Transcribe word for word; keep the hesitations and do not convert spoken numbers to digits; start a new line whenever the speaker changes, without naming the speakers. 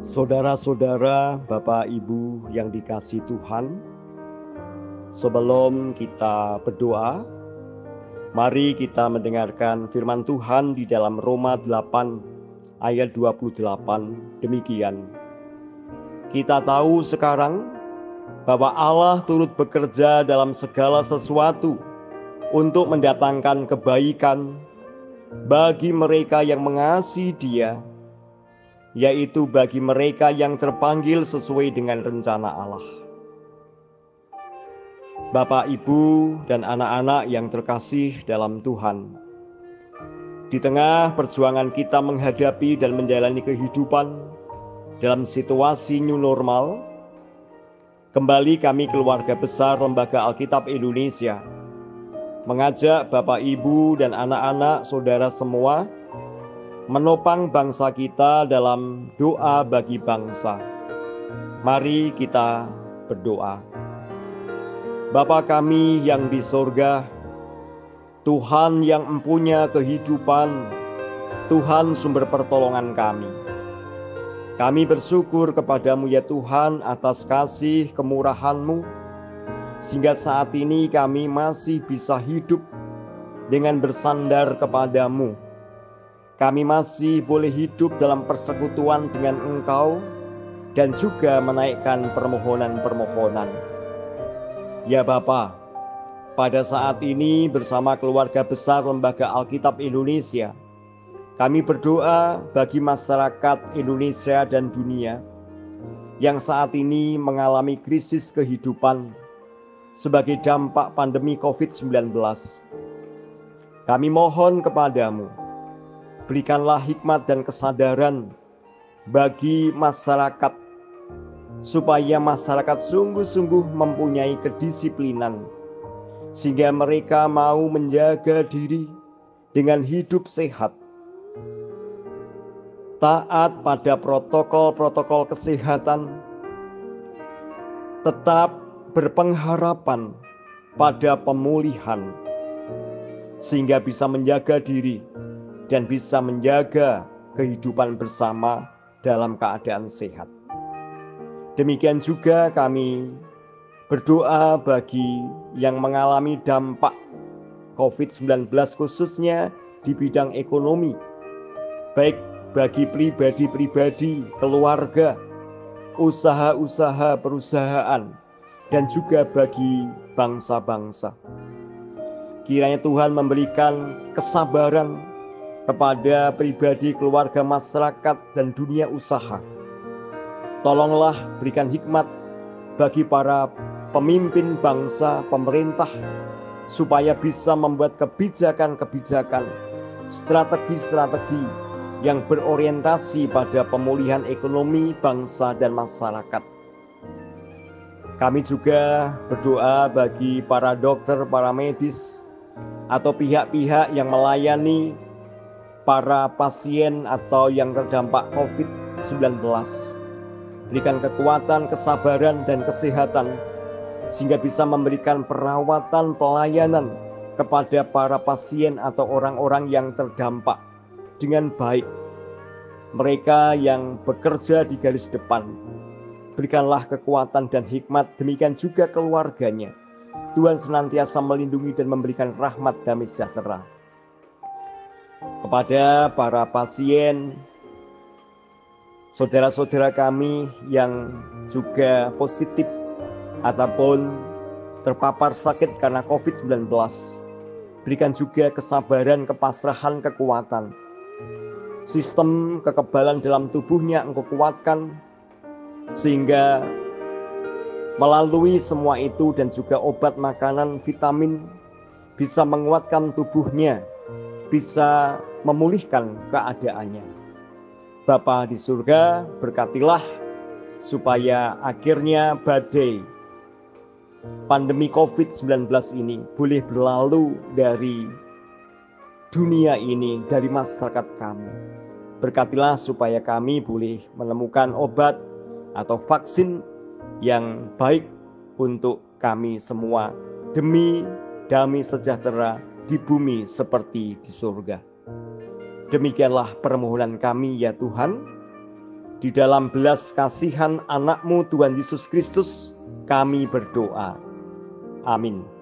Saudara-saudara, Bapak Ibu yang dikasihi Tuhan, sebelum kita berdoa, mari kita mendengarkan firman Tuhan di dalam Roma delapan ayat dua puluh delapan. Demikian, kita tahu sekarang bahwa Allah turut bekerja dalam segala sesuatu untuk mendatangkan kebaikan bagi mereka yang mengasihi Dia, yaitu bagi mereka yang terpanggil sesuai dengan rencana Allah. Bapak, Ibu, dan anak-anak yang terkasih dalam Tuhan, di tengah perjuangan kita menghadapi dan menjalani kehidupan dalam situasi new normal, kembali kami keluarga besar Lembaga Alkitab Indonesia mengajak Bapak, Ibu, dan anak-anak saudara semua menopang bangsa kita dalam doa bagi bangsa. Mari kita berdoa. Bapa kami yang di sorga, Tuhan yang empunya kehidupan, Tuhan sumber pertolongan kami. Kami bersyukur kepadamu ya Tuhan atas kasih kemurahan-Mu, sehingga saat ini kami masih bisa hidup dengan bersandar kepadamu. Kami masih boleh hidup dalam persekutuan dengan Engkau dan juga menaikkan permohonan-permohonan. Ya Bapa, pada saat ini bersama keluarga besar Lembaga Alkitab Indonesia, kami berdoa bagi masyarakat Indonesia dan dunia yang saat ini mengalami krisis kehidupan sebagai dampak pandemi covid sembilan belas. Kami mohon kepadamu, berikanlah hikmat dan kesadaran bagi masyarakat, supaya masyarakat sungguh-sungguh mempunyai kedisiplinan, sehingga mereka mau menjaga diri dengan hidup sehat, taat pada protokol-protokol kesehatan, tetap berpengharapan pada pemulihan, sehingga bisa menjaga diri dan bisa menjaga kehidupan bersama dalam keadaan sehat. Demikian juga kami berdoa bagi yang mengalami dampak covid sembilan belas khususnya di bidang ekonomi, baik bagi pribadi-pribadi, keluarga, usaha-usaha perusahaan, dan juga bagi bangsa-bangsa. Kiranya Tuhan memberikan kesabaran kepada pribadi, keluarga, masyarakat, dan dunia usaha. Tolonglah berikan hikmat bagi para pemimpin bangsa, pemerintah, supaya bisa membuat kebijakan-kebijakan, strategi-strategi yang berorientasi pada pemulihan ekonomi bangsa dan masyarakat. Kami juga berdoa bagi para dokter, para medis, atau pihak-pihak yang melayani para pasien atau yang terdampak covid sembilan belas. Berikan kekuatan, kesabaran, dan kesehatan, sehingga bisa memberikan perawatan, pelayanan kepada para pasien atau orang-orang yang terdampak dengan baik. Mereka yang bekerja di garis depan, berikanlah kekuatan dan hikmat, demikian juga keluarganya. Tuhan senantiasa melindungi dan memberikan rahmat damai sejahtera. Kepada para pasien, saudara-saudara kami yang juga positif ataupun terpapar sakit karena covid sembilan belas, berikan juga kesabaran, kepasrahan, kekuatan. Sistem kekebalan dalam tubuhnya Engkau kuatkan, sehingga melalui semua itu dan juga obat, makanan, vitamin bisa menguatkan tubuhnya, bisa memulihkan keadaannya. Bapa di surga, berkatilah supaya akhirnya badai pandemi covid sembilan belas ini boleh berlalu dari dunia ini, dari masyarakat kami. Berkatilah supaya kami boleh menemukan obat atau vaksin yang baik untuk kami semua, demi damai sejahtera di bumi seperti di surga. Demikianlah permohonan kami ya Tuhan. Di dalam belas kasihan anak-Mu Tuhan Yesus Kristus, kami berdoa. Amin.